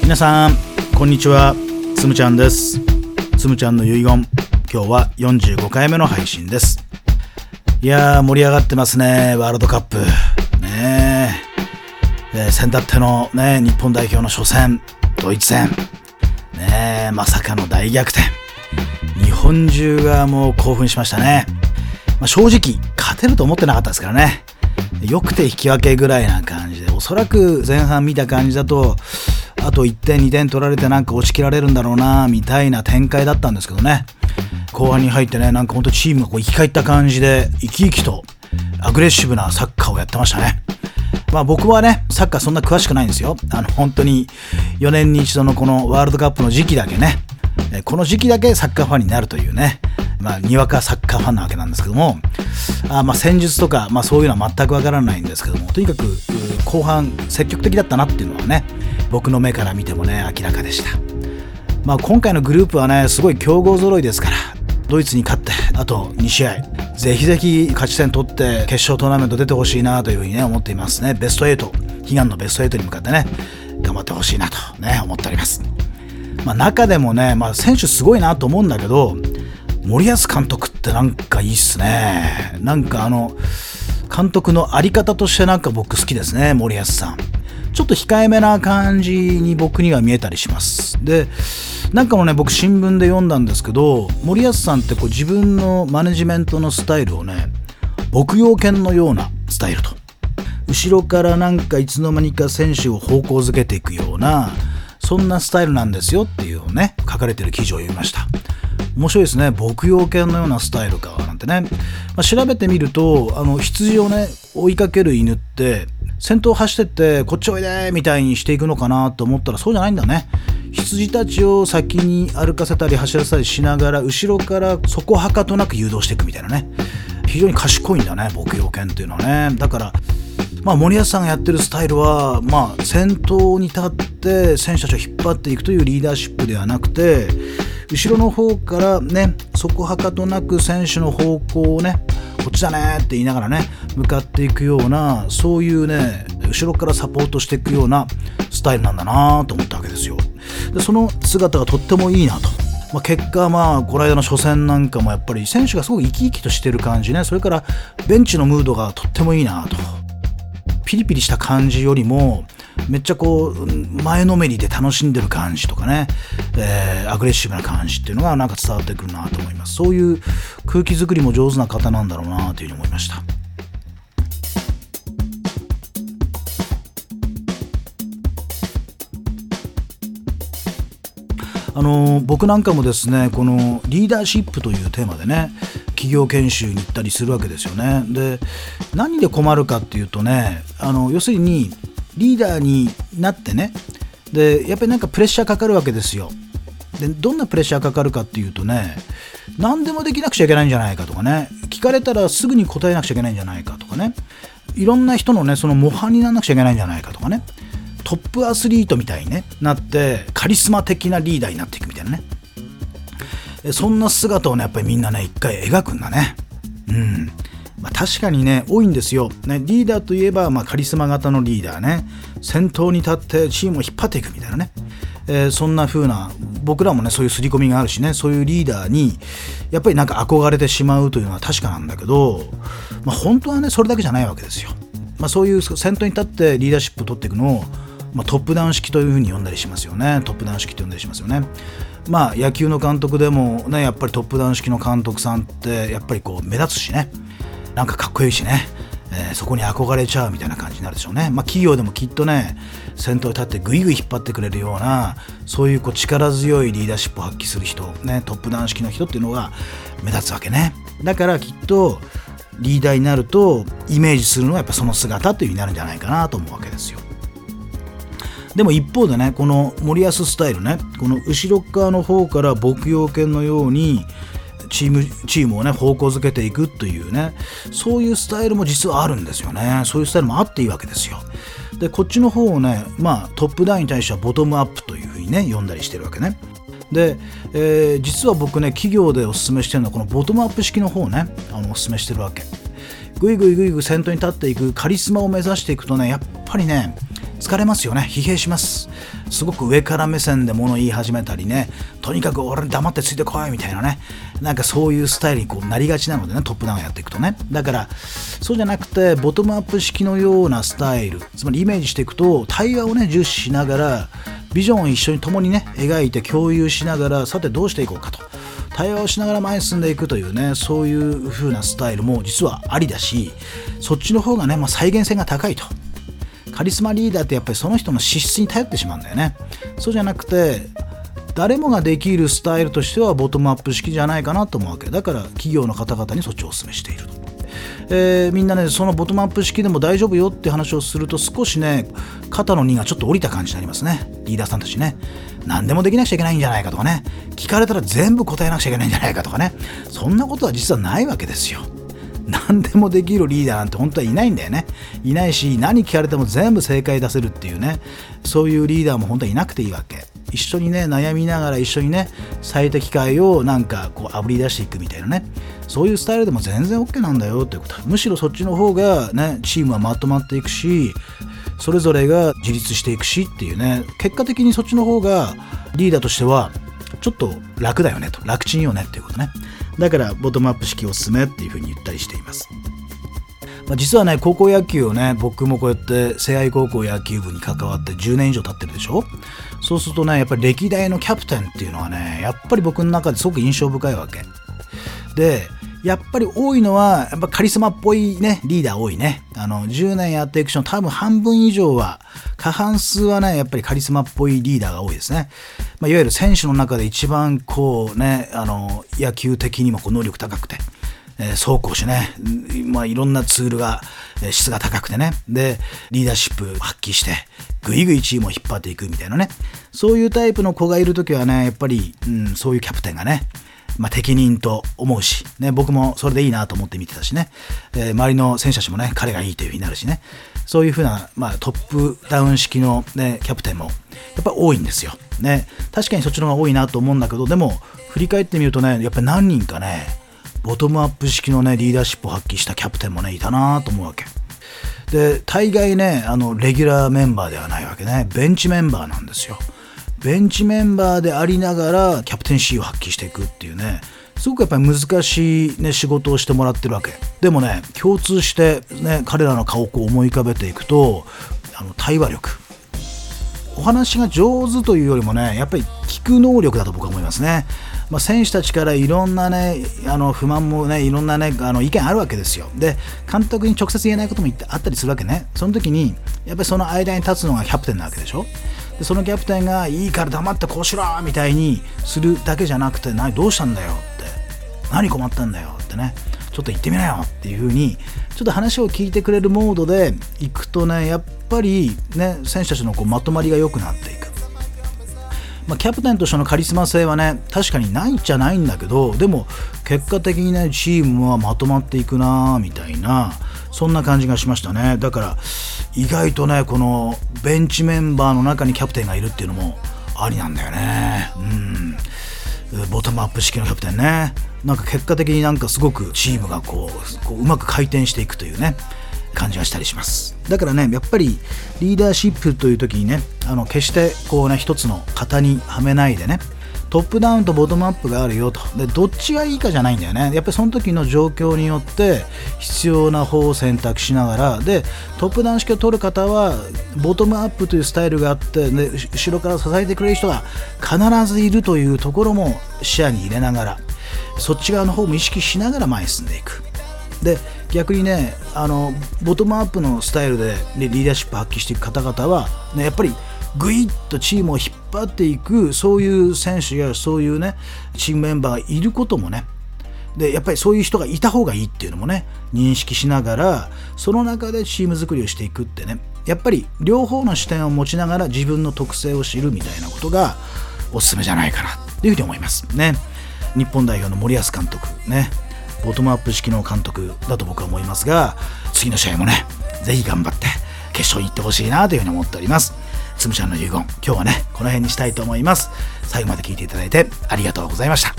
皆さんこんにちは、つむちゃんです。つむちゃんの遺言、今日は45回目の配信です。いやー盛り上がってますね、ワールドカップねえ。先だってのね日本代表の初戦ドイツ戦ねえ、まさかの大逆転、日本中がもう興奮しましたね。正直勝てると思ってなかったですからね。よくて引き分けぐらいな感じで、おそらく前半見た感じだとあと1点2点取られてなんか落ちきられるんだろうなみたいな展開だったんですけどね、後半に入ってね、なんかほんとチームが生き返った感じで生き生きとアグレッシブなサッカーをやってましたね。僕はねサッカーそんな詳しくないんですよ。本当に4年に一度のこのワールドカップの時期だけね、この時期だけサッカーファンになるというね、にわかサッカーファンなわけなんですけども、戦術とか、そういうのは全くわからないんですけども、とにかく後半積極的だったなっていうのはね、僕の目から見てもね明らかでした。今回のグループはねすごい強豪揃いですから、ドイツに勝ってあと2試合ぜひぜひ勝ち点取って決勝トーナメント出てほしいなというふうにね思っていますね。ベスト8、悲願のベスト8に向かってね頑張ってほしいなとね思っております。中でもね、選手すごいなと思うんだけど、森保監督ってなんかいいっすね。なんか監督のあり方としてなんか僕好きですね。森保さんちょっと控えめな感じに僕には見えたりします。でなんかもね、僕新聞で読んだんですけど、森保さんって自分のマネジメントのスタイルをね牧羊犬のようなスタイルと、後ろからなんかいつの間にか選手を方向づけていくようなそんなスタイルなんですよっていうのをね書かれてる記事を読みました。面白いですね。牧羊犬のようなスタイルかなんてね、調べてみると羊をね追いかける犬って先頭走ってってこっちおいでみたいにしていくのかなと思ったらそうじゃないんだね。羊たちを先に歩かせたり走らせたりしながら後ろからそこはかとなく誘導していくみたいなね、非常に賢いんだね牧羊犬っていうのはね。だから森保さんがやってるスタイルは先頭に立って選手たちを引っ張っていくというリーダーシップではなくて、後ろの方からねそこはかとなく選手の方向をねこっちだねって言いながらね向かっていくような、そういうね後ろからサポートしていくようなスタイルなんだなと思ったわけですよ。でその姿がとってもいいなと、結果この間の初戦なんかもやっぱり選手がすごく生き生きとしてる感じね、それからベンチのムードがとってもいいなと、ピリピリした感じよりもめっちゃ前のめりで楽しんでる感じとかね、アグレッシブな感じっていうのがなんか伝わってくるなと思います。そういう空気作りも上手な方なんだろうなというふうに思いました。僕なんかもですねこのリーダーシップというテーマでね企業研修に行ったりするわけですよね。で何で困るかっていうとね、要するにリーダーになってね、でやっぱりなんかプレッシャーかかるわけですよ。でどんなプレッシャーかかるかっていうとね、何でもできなくちゃいけないんじゃないかとかね、聞かれたらすぐに答えなくちゃいけないんじゃないかとかね、いろんな人のねその模範にならなくちゃいけないんじゃないかとかね、トップアスリートみたいに、ね、なってカリスマ的なリーダーになっていくみたいなね、そんな姿をねやっぱりみんなね一回描くんだね。確かにね多いんですよ、ね、リーダーといえばカリスマ型のリーダーね、先頭に立ってチームを引っ張っていくみたいなね、そんな風な僕らもねそういう刷り込みがあるしね、そういうリーダーにやっぱりなんか憧れてしまうというのは確かなんだけど、本当はねそれだけじゃないわけですよ。そういう先頭に立ってリーダーシップを取っていくのを、トップダウン式という風に呼んだりしますよね。トップダウン式と呼んだりしますよね。野球の監督でもねやっぱりトップダウン式の監督さんってやっぱり目立つしね、なんかかっこいいしね、そこに憧れちゃうみたいな感じになるでしょうね。企業でもきっとね先頭に立ってグイグイ引っ張ってくれるようなそういう力強いリーダーシップを発揮する人ね、トップダウン式の人っていうのが目立つわけね。だからきっとリーダーになるとイメージするのはやっぱその姿という風になるんじゃないかなと思うわけですよ。でも一方でねこの森保スタイルね、この後ろ側の方から牧羊犬のようにチームをね方向づけていくというね、そういうスタイルも実はあるんですよね。そういうスタイルもあっていいわけですよ。でこっちの方をねトップダウンに対してはボトムアップというふうにね呼んだりしてるわけね。で、実は僕ね企業でおすすめしてるのはこのボトムアップ式の方ねおすすめしてるわけ。ぐいぐい先頭に立っていくカリスマを目指していくとねやっぱりね疲れますよね。疲弊します。すごく上から目線で物言い始めたりね、とにかく俺に黙ってついてこいみたいなね、なんかそういうスタイルにこうなりがちなのでね、トップダウンやっていくとね。だからそうじゃなくてボトムアップ式のようなスタイル、つまりイメージしていくと、対話をね重視しながらビジョンを一緒に共にね描いて共有しながら、さてどうしていこうかと対話をしながら前に進んでいくというね、そういう風なスタイルも実はありだし、そっちの方がね、再現性が高いと。カリスマリーダーってやっぱりその人の資質に頼ってしまうんだよね。そうじゃなくて誰もができるスタイルとしてはボトムアップ式じゃないかなと思うわけだから、企業の方々にそっちをお勧めしていると。みんなねそのボトムアップ式でも大丈夫よって話をすると、少しね肩の荷がちょっと下りた感じになりますね。リーダーさんたちね、何でもできなくちゃいけないんじゃないかとかね、聞かれたら全部答えなくちゃいけないんじゃないかとかね、そんなことは実はないわけですよ。何でもできるリーダーなんて本当はいないんだよね。いないし、何聞かれても全部正解出せるっていうね、そういうリーダーも本当はいなくていいわけ。一緒にね悩みながら一緒にね最適解をなんかこうあぶり出していくみたいなね、そういうスタイルでも全然 OK なんだよということ。むしろそっちの方がねチームはまとまっていくし、それぞれが自立していくしっていうね、結果的にそっちの方がリーダーとしてはちょっと楽だよねと、楽ちんよねっていうことね。だからボトムアップ式をおすすめっていうふうに言ったりしています。実はね高校野球をね、僕もこうやって聖愛高校野球部に関わって10年以上経ってるでしょ。そうするとねやっぱり歴代のキャプテンっていうのはね、やっぱり僕の中ですごく印象深いわけで、やっぱり多いのはやっぱカリスマっぽいねリーダー多いね。10年やっていく人の多分半分以上は、過半数はねやっぱりカリスマっぽいリーダーが多いですね。いわゆる選手の中で一番こうね野球的にもこう能力高くて、走攻守ね、いろんなツールが質が高くてね、でリーダーシップ発揮してぐいぐいチームを引っ張っていくみたいなね、そういうタイプの子がいるときはねやっぱり、そういうキャプテンがね適任と思うし、ね、僕もそれでいいなと思って見てたしね、周りの選手たちもね彼がいいというふうになるしね、そういうふうな、トップダウン式の、ね、キャプテンもやっぱり多いんですよ、ね。確かにそっちの方が多いなと思うんだけど、でも振り返ってみるとねやっぱり何人かねボトムアップ式のねリーダーシップを発揮したキャプテンもねいたなと思うわけで、大概ねレギュラーメンバーではないわけね、ベンチメンバーなんですよ。ベンチメンバーでありながらキャプテンシーを発揮していくっていうね、すごくやっぱり難しい、ね、仕事をしてもらってるわけでもね、共通して、ね、彼らの顔をこう思い浮かべていくと対話力、お話が上手というよりもねやっぱり聞く能力だと僕は思いますね。選手たちからいろんなね不満もねいろんなね意見あるわけですよ。で監督に直接言えないこともあったりするわけね。その時にやっぱりその間に立つのがキャプテンなわけでしょ。でそのキャプテンがいいから黙ってこうしろみたいにするだけじゃなくて、どうしたんだよって、何困ったんだよってね、ちょっと言ってみなよっていう風にちょっと話を聞いてくれるモードでいくとね、やっぱりね選手たちのこうまとまりが良くなっていく。キャプテンとしてのカリスマ性はね確かにないっちゃないんだけど、でも結果的にねチームはまとまっていくなみたいな、そんな感じがしましたね。だから意外とねこのベンチメンバーの中にキャプテンがいるっていうのもありなんだよね。ボトムアップ式のキャプテンね、なんか結果的になんかすごくチームがこううまく回転していくというね感じがしたりします。だからねやっぱりリーダーシップという時にね決してこうね一つの型にはめないでね、トップダウンとボトムアップがあるよと。でどっちがいいかじゃないんだよね。やっぱりその時の状況によって必要な方を選択しながら、でトップダウン式を取る方はボトムアップというスタイルがあって、で後ろから支えてくれる人が必ずいるというところも視野に入れながら、そっち側の方も意識しながら前に進んでいく。で逆にねボトムアップのスタイルでリーダーシップ発揮していく方々は、ね、やっぱりグイッとチームを引っ張っていく、そういう選手やそういうねチームメンバーがいることもね、でやっぱりそういう人がいた方がいいっていうのもね認識しながら、その中でチーム作りをしていくってね、やっぱり両方の視点を持ちながら自分の特性を知るみたいなことがおすすめじゃないかなっていうふうに思いますね。日本代表の森保監督ね、ボトムアップ式の監督だと僕は思いますが、次の試合もねぜひ頑張って決勝に行ってほしいなというふうに思っております。つむちゃんの遺言、今日はねこの辺にしたいと思います。最後まで聞いていただいてありがとうございました。